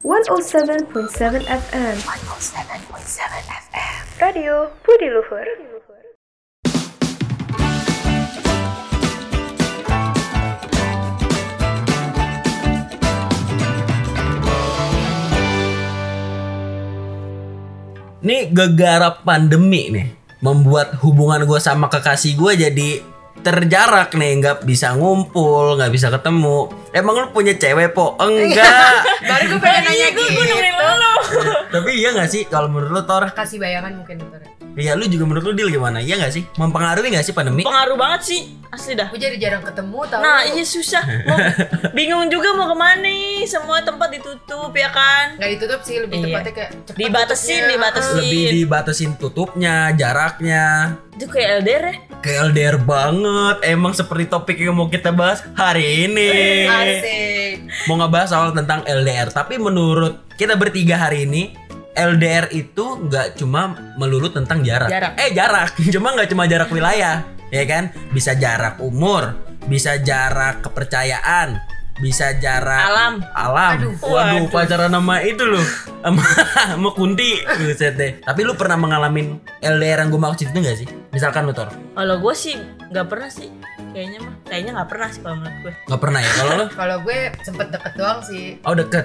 107.7 FM. 107.7 FM. Radio Budi Luhur. Nih gegara pandemi nih membuat hubungan gue sama kekasih gue jadi terjarak nih, nggak bisa ngumpul, nggak bisa ketemu. Emang lu punya cewek po? Enggak. Baru gue pengen nanya gitu. Gue nungguin lo. Tapi iya nggak sih kalau menurut lu Tor? Kasih bayangan mungkin Tor. Iya, lu juga menurut lu Dil gimana? Iya nggak sih? Mempengaruhi nggak sih pandemi? Pengaruh banget sih, asli dah. Gue jadi jarang ketemu tau. Nah iya susah, bingung juga mau kemana nih. Semua tempat ditutup ya kan. Nggak ditutup sih, lebih tepatnya kayak cepet Dibatasin. Lebih dibatasin tutupnya, jaraknya. Itu kayak LDR ya. Kayak LDR banget. Emang seperti topik yang mau kita bahas hari ini. Asik. Mau ngebahas soal tentang LDR. Tapi menurut kita bertiga hari ini, LDR itu nggak cuma melulu tentang jarak. Jarak. Cuma nggak cuma jarak wilayah, ya kan? Bisa jarak umur, bisa jarak kepercayaan, bisa jarak alam. Waduh, pacaran sama itu loh, sama Kunti. Buset deh. Tapi lu pernah mengalami LDR yang gue maksud itu nggak sih? Misalkan lu Tor. Kalau gue sih nggak pernah sih. Kayaknya nggak pernah sih kalau menurut gue. Nggak pernah ya kalau lu? Kalau gue sempet deket doang sih. Oh deket.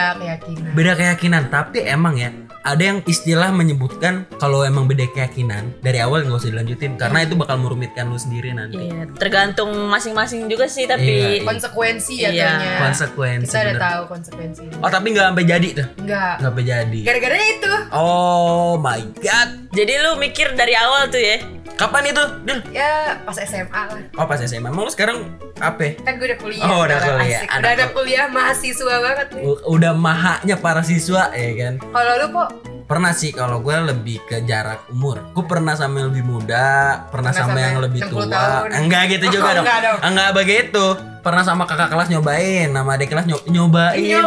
Beda keyakinan. Tapi emang ya ada yang istilah menyebutkan kalau emang beda keyakinan dari awal nggak usah dilanjutin karena itu bakal merumitkan lu sendiri nanti. Iya, tergantung masing-masing juga sih tapi konsekuensi ya iya. Konsekuensi. Kita udah tahu konsekuensi. Oh tapi nggak sampai jadi tuh? Nggak sampai jadi. Gara-gara itu. Oh my god. Jadi lu mikir dari awal tuh ya? Kapan itu, Dil? Ya pas SMA lah. Oh pas SMA. Emang lu sekarang apa? Kan gue udah kuliah. Oh udah kuliah. Udah ada kuliah, mahasiswa banget nih. Udah mahaknya para siswa ya kan. Kalau lu kok? Pernah sih, kalau gue lebih ke jarak umur. Gue pernah sama yang lebih muda, pernah sama yang lebih tua. Tahun. Enggak gitu juga dong. Enggak begitu. Pernah sama kakak kelas nyobain, sama adik kelas nyobain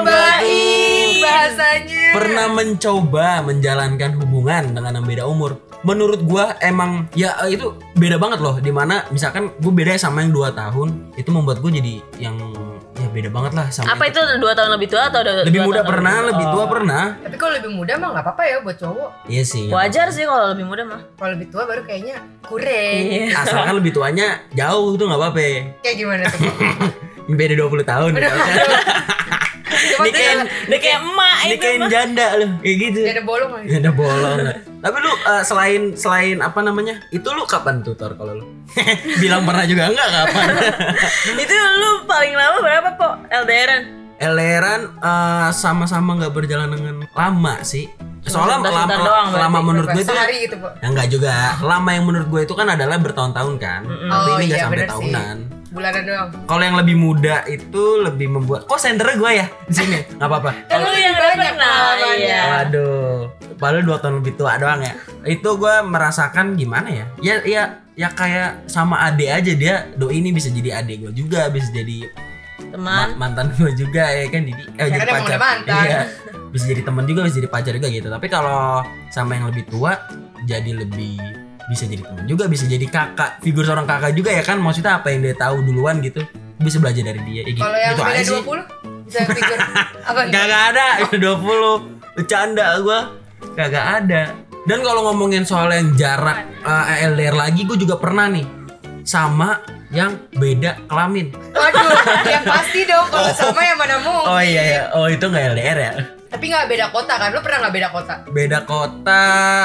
bahasanya. Pernah mencoba menjalankan hubungan dengan yang beda umur. Menurut gua emang ya itu beda banget loh. Dimana misalkan gue beda sama yang 2 tahun, itu membuat gue jadi yang ya beda banget lah sama. Apa itu 2 tahun lebih tua atau lebih muda pernah, lebih tua pernah. Tapi kalau lebih muda mah nggak apa-apa ya buat cowok. Iya sih. Wajar sih kalau lebih muda mah. Kalau lebih tua baru kayaknya kurang. Iya. Asalkan lebih tuanya jauh tuh nggak apa-apa. Kayak gimana tuh? Beda 20 tahun. Nikahin emak itu. Nikahin janda lu kayak gitu. Janda bolong lagi. Janda bolong. Tapi lu selain apa namanya? Itu lu kapan tutor kalau lu? Bilang pernah juga enggak kapan? Itu lu paling lama berapa po LDRan? LDRan sama-sama enggak berjalan dengan lama sih. Soalnya lama menurut gue itu sehari gitu, Po. Ya enggak juga. Lama yang menurut gue itu kan adalah bertahun-tahun kan. Tapi ini enggak sampai tahunan. Bulanan doang. Kalau yang lebih muda itu lebih membuat. Kok sendernya gue ya di sini? Enggak apa-apa. Kalau yang banyak pengalamannya. Waduh. Padahal 2 tahun lebih tua doang ya. Itu gue merasakan gimana ya? Ya kayak sama adik aja, dia doi ini bisa jadi adik gue juga, bisa jadi teman mantan gue juga ya kan, jadi pacar. Iya. Bisa jadi teman juga, bisa jadi pacar juga gitu. Tapi kalau sama yang lebih tua jadi lebih bisa jadi teman juga, bisa jadi kakak, figur seorang kakak juga ya kan. Maksudnya apa yang dia tahu duluan gitu, bisa belajar dari dia ya, gitu. Kalau yang gitu beda 20 bisa figur apa? Kagak ada 20. Bercanda gua. Kagak ada. Dan kalau ngomongin soal yang jarak LDR lagi, gue juga pernah nih sama yang beda kelamin. Waduh, yang pasti dong kalau sama yang mana mungkin. Oh iya ya. Oh itu nggak LDR ya? Tapi nggak beda kota kan? Lu pernah nggak beda kota? Beda kota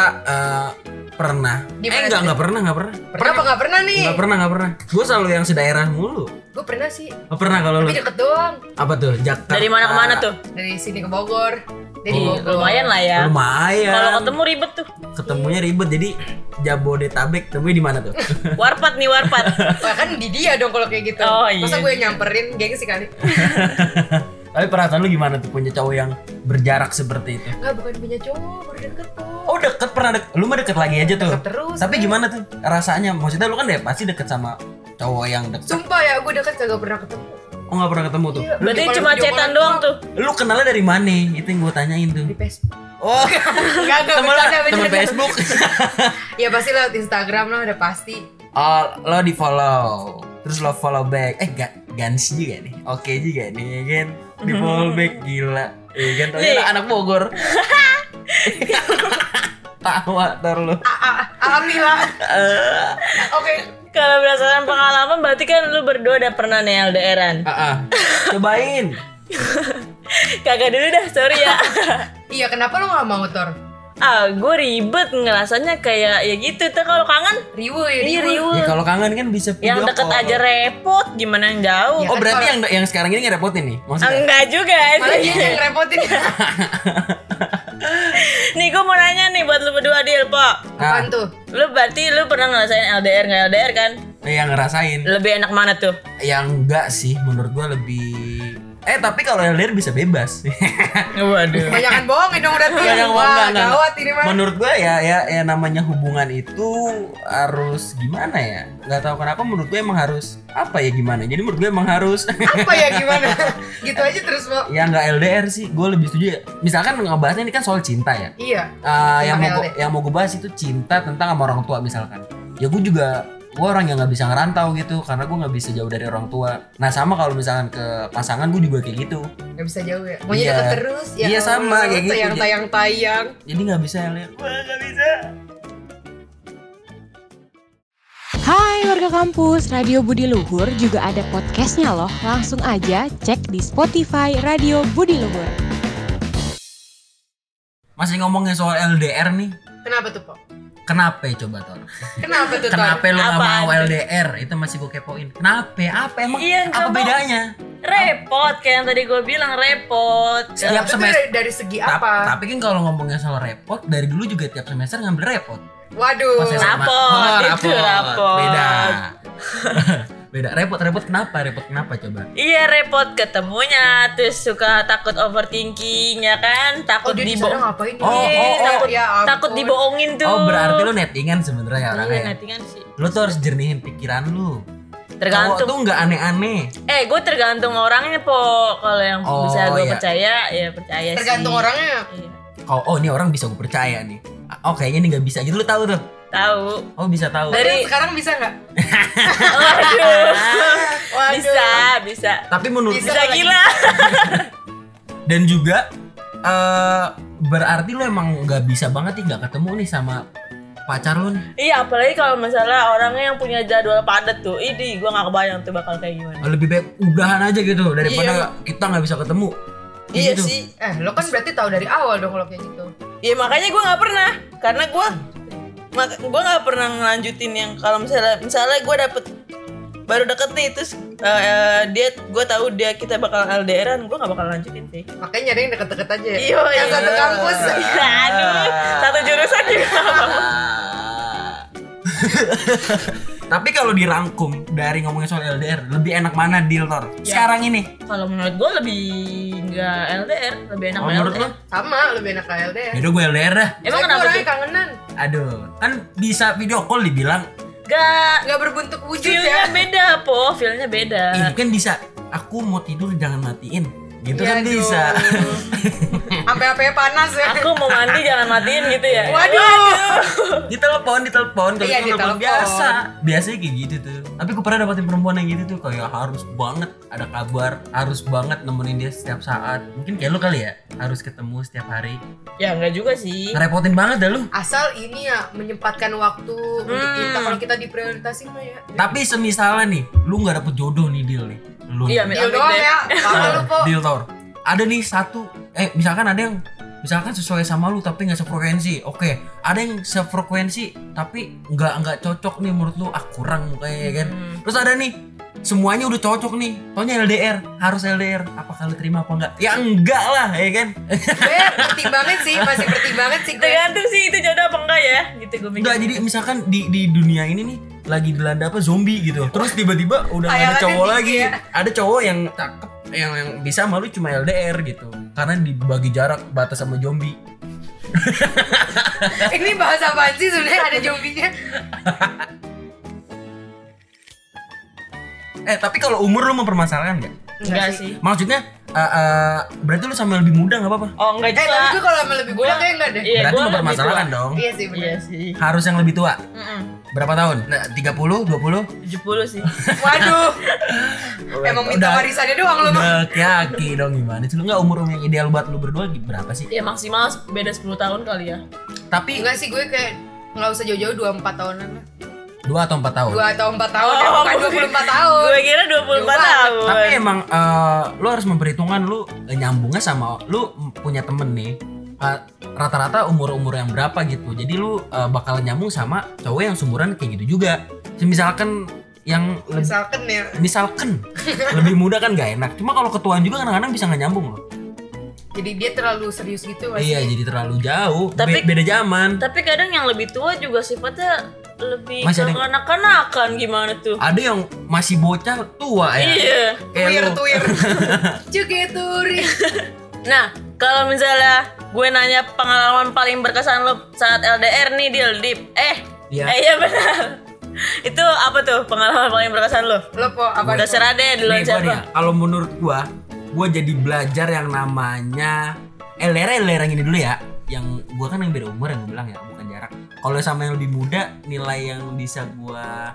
pernah. Nggak pernah. Pernah apa nggak pernah nih? Nggak pernah. Gue selalu yang sedaerah mulu. Gue pernah sih. Oh, pernah kalau lu? Tapi deket doang. Apa tuh? Jakarta. Dari mana ke mana tuh? Dari sini ke Bogor. Dari Bogor. Lumayan lah ya. Lumayan. Kalau ketemu ribet tuh. Ketemunya ribet, jadi Jabodetabek temunya di mana tuh? Warpat. Wah kan di dia dong kalau kayak gitu. Oh, iya. Masa gue nyamperin gengsi kali. Tapi perasaan lu gimana tuh punya cowok yang berjarak seperti itu? Enggak, bukan punya cowok, baru deket tuh. Oh deket, pernah deket. Lu mah deket lagi aja tuh. Deket terus. Tapi gimana tuh rasanya? Maksudnya lu kan deh pasti deket sama cowok yang deket. Sumpah ya, gue deket kagak pernah ketemu. Oh gak pernah ketemu tuh? Iya, berarti cuma chatan doang tuh. Lu kenalnya dari mana? Itu yang gue tanyain tuh. Di Facebook. Oh temen Facebook. Ya pasti lewat Instagram lah, udah pasti. Oh lo di follow, terus lo follow back. Gans juga nih. Oke juga nih kan. Di follow back, gila. Iya kan, ternyata anak Bogor. Tawa tar lu. Alhamdulillah. Oke. Kalau berdasarkan pengalaman berarti kan lu berdua udah pernah nih LDR-an. Cobain. Kagak dulu dah, sorry ya. Iya, kenapa lu gak mau, Tor? Gue ribet ngerasanya kayak ya gitu tuh kalau kangen. Riwuh. Ya kalau kangen kan bisa video Yang deket call. aja repot, gimana yang jauh? Ya, Oh kan berarti kalau- yang sekarang ini ngerepotin nih maksudnya? Enggak juga Malah sih. dia yang ngerepotin. Nih gue mau nanya nih buat lu berdua Dil, Pak. Apaan tuh? Lu berarti lu pernah ngerasain LDR nggak LDR kan? Yang ngerasain. Lebih enak mana tuh? Yang enggak sih menurut gua lebih tapi kalau LDR bisa bebas. Waduh. Kebanyakan bohongin dong udah tuh. Yang Wah, gawat ini mah. Menurut gua ya namanya hubungan itu harus gimana ya? Nggak tahu kenapa menurut gua emang harus apa ya gimana. Jadi menurut gua emang harus Apa ya gimana? Gitu aja terus, Mo. ya nggak LDR sih. Gua lebih setuju ya. Misalkan ngebahasnya ini kan soal cinta ya. Iya. Yang mau gue bahas itu cinta tentang sama orang tua misalkan. Ya gue orang yang nggak bisa ngerantau gitu karena gue nggak bisa jauh dari orang tua. Nah sama kalau misalkan ke pasangan gue juga kayak gitu. Gak bisa jauh ya. Maunya Iya. deket terus ya. Iya, sama, Allah, kayak gitu. Tayang-tayang. Jadi nggak bisa LDR. Wah nggak bisa. Hai warga kampus, Radio Budi Luhur juga ada podcastnya loh. Langsung aja cek di Spotify Radio Budi Luhur. Masih ngomongin soal LDR nih. Kenapa tuh, Po? Kenapa ya coba Tor? Kenapa tuh, Tor? Kenapa lu nggak Apaan mau tuh? LDR? Itu masih gue kepoin. Kenapa? Apa emang? Iya, apa coba. bedanya? Repot kayak yang tadi gue bilang repot. Setiap Tapi semester. dari segi Tap- apa? Tapi kan kalau ngomongnya soal repot, dari dulu juga tiap semester ngambil repot. Waduh. Pas SMA. Rapot, itu rapot. Beda. Beda. Repot kenapa? Repot kenapa coba? Iya repot ketemunya, terus suka takut overthinking ya kan, takut dia di dibohong. sana ngapain nih? takut, ya ampun. takut dibohongin tuh. Oh berarti lu nettingan sebenarnya ya Iya, orangnya. nettingan sih. Lu tuh harus jernihin pikiran lu. Cowok Tergantung. tuh nggak aneh-aneh. Gue tergantung orangnya po. Kalau yang Oh, bisa gue iya. percaya, ya percaya sih. Tergantung orangnya. Iya. Oh ini orang bisa gue percaya nih. Oh kayaknya ini nggak bisa gitu lu tahu tuh. Tahu. Oh bisa tahu. Dari sekarang bisa nggak? Waduh. Waduh. Bisa. Tapi menurut Bisa. Bisa gila. dan juga berarti lu emang nggak bisa banget nih nggak ketemu nih sama pacar lu nih. Iya, apalagi kalau misalnya orangnya yang punya jadwal padat tuh. Gue gak kebayang tuh bakal kayak gimana. Lebih baik udahan aja gitu daripada kita nggak bisa ketemu. Kayak Iya gitu. sih. Lo kan berarti tahu dari awal dong kalau kayak gitu. Ya makanya gue nggak pernah, karena gue nggak pernah ngelanjutin yang kalau misalnya gue dapet baru deket nih terus gue tahu kita bakal LDRan, gue nggak bakal lanjutin sih. Makanya nyari yang deket-deket aja ya. Iya, Yang iya. satu kampus. Aduh, satu jurusan juga. Tapi kalau dirangkum dari ngomongin soal LDR, lebih enak mana deal Tor? Ya. Sekarang ini. Kalau menurut gue lebih nggak LDR, lebih enak Menurut LDR. lu? Sama, lebih enak kayak LDR. Yaudah gue LDR dah. Emang Saya kenapa orangnya tuh? kangenan. Aduh, kan bisa video call dibilang. Gak berbentuk wujud Feel-nya ya. beda po, feel-nya beda. Kan bisa. Aku mau tidur jangan matiin. Gitu Ya, kan bisa. Sampai HP panas ya. Aku mau mandi jangan matiin gitu ya. Waduh. ditelepon kalau Iya, itu telepon ditelepon. biasa. Biasanya kayak gitu tuh. Tapi gue pernah dapetin perempuan yang gitu tuh kayak harus banget ada kabar, harus banget nemenin dia setiap saat. Mungkin kayak lu kali ya, harus ketemu setiap hari. Ya enggak juga sih. Ngerepotin banget dah lu. Asal ini ya menyempatkan waktu untuk kita kalau kita diprioritasin mah ya. Tapi semisalnya nih, lu nggak dapet jodoh nih deal nih. Lu Iya, Deal amit-amit doang deh. ya. Parah lu, Po. deal Tor. Ada nih satu, misalkan ada yang misalkan sesuai sama lu tapi nggak sefrekuensi. Oke, ada yang sefrekuensi tapi nggak cocok nih menurut lu, kurang kayaknya kan. Terus ada nih semuanya udah cocok nih, taunya LDR, harus LDR. Apa kalian terima apa enggak? Ya enggak lah, ya kan? Gue pertimbangan sih, masih pertimbangan sih gue. Tergantung sih itu jodoh apa enggak ya, gitu gue mikir. Enggak, jadi misalkan di dunia ini nih lagi dilanda apa zombie gitu. Terus tiba-tiba udah nggak ada Khayalannya cowok tinggi lagi. ya. Ada cowok yang cakep yang bisa malu cuma LDR gitu. Karena dibagi jarak batas sama zombie. Ini bahasa apaan sih sebenarnya ada zombinya? Tapi kalau umur lu mempermasalahkan nggak? Enggak sih. Maksudnya berarti lu sama lebih muda nggak apa-apa? Oh enggak juga. Tapi gue kalau sama lebih muda kayak enggak deh. Iya, Berarti gua lebih mempermasalahkan tua. dong. Iya sih benar. Iya sih. Harus yang lebih tua. Mm-mm. Berapa tahun? Nah, 30, 20? 70 sih. Waduh. Emang minta Udah- warisannya doang lo mah. Udah kaki dong gimana sih? Lu nggak umur yang ideal buat lu berdua berapa sih? Ya maksimal beda 10 tahun kali ya. Tapi Enggak sih gue kayak nggak usah jauh-jauh 24 tahunan lah. 2 atau 4 tahun. 2 atau 4 tahun ya bukan 24 tahun. Gue kira 24 Jauh tahun. Tapi emang lu harus memperhitungkan lu nyambungnya sama lu punya temen nih. Rata-rata umur-umur yang berapa gitu. Jadi lu bakal nyambung sama cowok yang seumuran kayak gitu juga. Misalkan yang misalkan lebih muda kan gak enak. Cuma kalau ketuaan juga kadang-kadang bisa gak nyambung loh. Jadi dia terlalu serius gitu masih. Iya, jadi terlalu jauh. Tapi- Beda zaman. Tapi kadang yang lebih tua juga sifatnya lebih Masih ada ke kanak-kanakan gimana tuh? Ada yang masih bocah tua ya. Iya. Kayak lu. Tuir. Cuketuri. Nah, kalau misalnya gue nanya pengalaman paling berkesan lo saat LDR nih, Dip. Iya. Iya benar. Itu apa tuh pengalaman paling berkesan lo? Lo po apa? Udah serah deh duluan Nih, gua nih, siapa? kalau menurut gua jadi belajar yang namanya LDR yang ini dulu ya. Yang gua kan yang beda umur yang gua bilang ya, bukan jarak. Kalau sama yang lebih muda, nilai yang bisa gua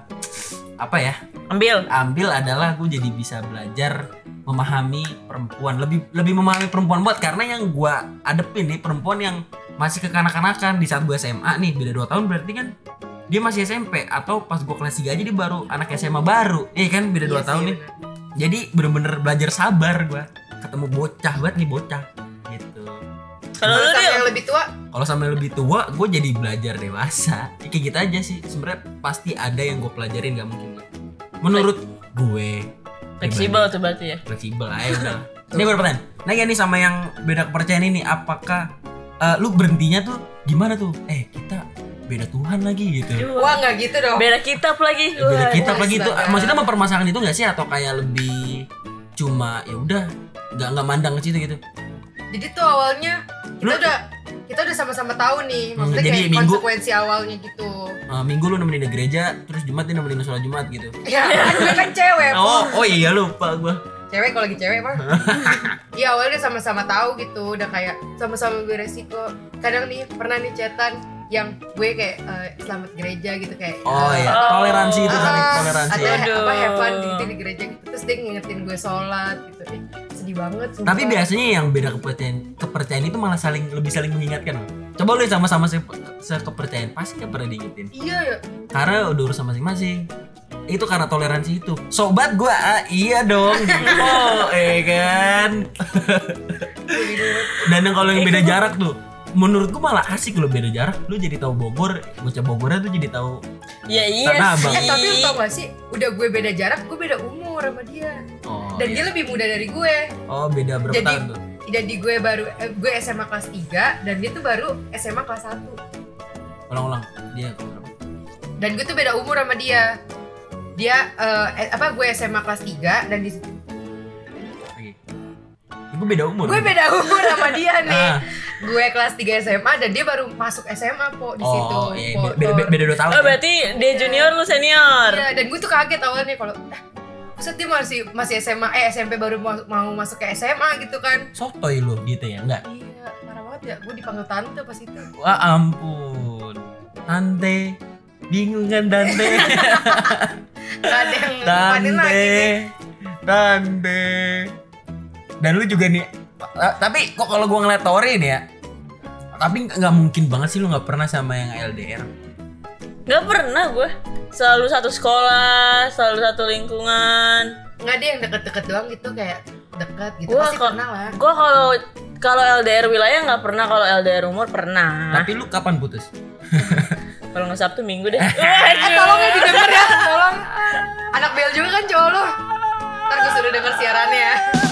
ambil adalah gua jadi bisa belajar memahami perempuan, lebih memahami perempuan buat karena yang gua adepin nih perempuan yang masih kekanak-kanakan di saat gua SMA nih, beda 2 tahun berarti kan dia masih SMP atau pas gua kelas 3 aja dia baru anak SMA baru. Iya kan beda 2 tahun nih. Jadi bener-bener belajar sabar gua. Ketemu bocah banget nih bocah gitu. Kalau lu Sama Dil? yang lebih tua, Kalau sama yang lebih tua, gue jadi belajar dewasa. Ya, kayak gitu aja sih. Sebenarnya pasti ada yang gue pelajarin, gak mungkin gak. Menurut gue Fleksibel tuh berarti ya. fleksibel aja udah. Ini gue pertanyaan. Nah ya nih sama yang beda kepercayaan ini, apakah lu berhentinya tuh gimana tuh? Kita beda Tuhan lagi gitu. wah nggak gitu dong. Beda kitab lagi. Beda Wah. kitab lagi tuh. astaga. Maksudnya mempermasalahkan itu nggak sih atau kayak lebih cuma ya udah nggak mandang ke situ gitu? Jadi tuh awalnya kita udah sama-sama tahu nih, maksudnya jadi kayak minggu- konsekuensi awalnya gitu. Minggu lu nemenin di gereja, terus Jumat dia nemenin sholat Jumat gitu. Ya, kan gue kan cewek. Oh iya lupa gua. Cewek kalau lagi cewek mah. Iya awalnya sama-sama tahu gitu, udah kayak sama-sama beresiko. Kadang nih pernah nih chatan yang gue kayak selamat gereja gitu kayak. Oh iya, toleransi itu kan, toleransi. Ada Aduh. have fun gitu di gereja gitu, terus dia ngingetin gue sholat gitu. Sedih banget sumpah. Tapi biasanya yang beda kepercayaan itu malah lebih saling mengingatkan loh. Coba lu sama-sama sekepercayaan pasti gak pernah diingetin. Iya ya. Karena udah urusan masing-masing. Itu karena toleransi itu. Sobat gua iya dong gitu. Kan. Dan yang kalau yang beda jarak tuh menurutku malah asik loh beda jarak. Lu jadi tahu Bogor, bocah Bogornya tuh jadi tahu. Ya iya Tanah Abang. sih. Tapi lu tau gak sih, udah gue beda jarak, gue beda umur sama dia. Oh. Dan iya. dia lebih muda dari gue. Oh, beda berapa Jadi- tahun tuh? Jadi gue baru gue SMA kelas 3 dan dia tuh baru SMA kelas 1. Ulang-ulang. Dia kelas berapa? Dan gue tuh beda umur sama dia. Dia gue SMA kelas 3 dan di Lagi. Gue beda umur. gue beda umur sama dia nih. Ah. Gue kelas 3 SMA dan dia baru masuk SMA po di situ. Oh, iya, Po. beda 2 tahun. Oh berarti dia junior lu senior. Iya, dan gue tuh kaget awalnya kalau Buset dia masih SMA, SMP baru mau masuk ke SMA gitu kan. Sotoy lu gitu ya, enggak? Iya, parah banget ya. Gue dipanggil tante pas itu. Wah ampun. Tante. Bingung kan Tante? Gak ada yang ngedepanin lagi nih. Tante. Dan lu juga nih. Tapi kok kalau gua ngeliat Tori nih ya. Tapi nggak mungkin banget sih lu nggak pernah sama yang LDR. Gak pernah gue. Selalu satu sekolah, selalu satu lingkungan. Nggak ada yang deket-deket doang gitu kayak dekat gitu. Gua Pasti kok- pernah lah. Gue kalau LDR wilayah nggak pernah, kalau LDR umur pernah. Tapi lu kapan putus? Kalau nggak Sabtu Minggu deh. Tolong ya didengar ya, tolong. Anak Bel juga kan cowok lo. Ntar gue suruh denger siarannya ya.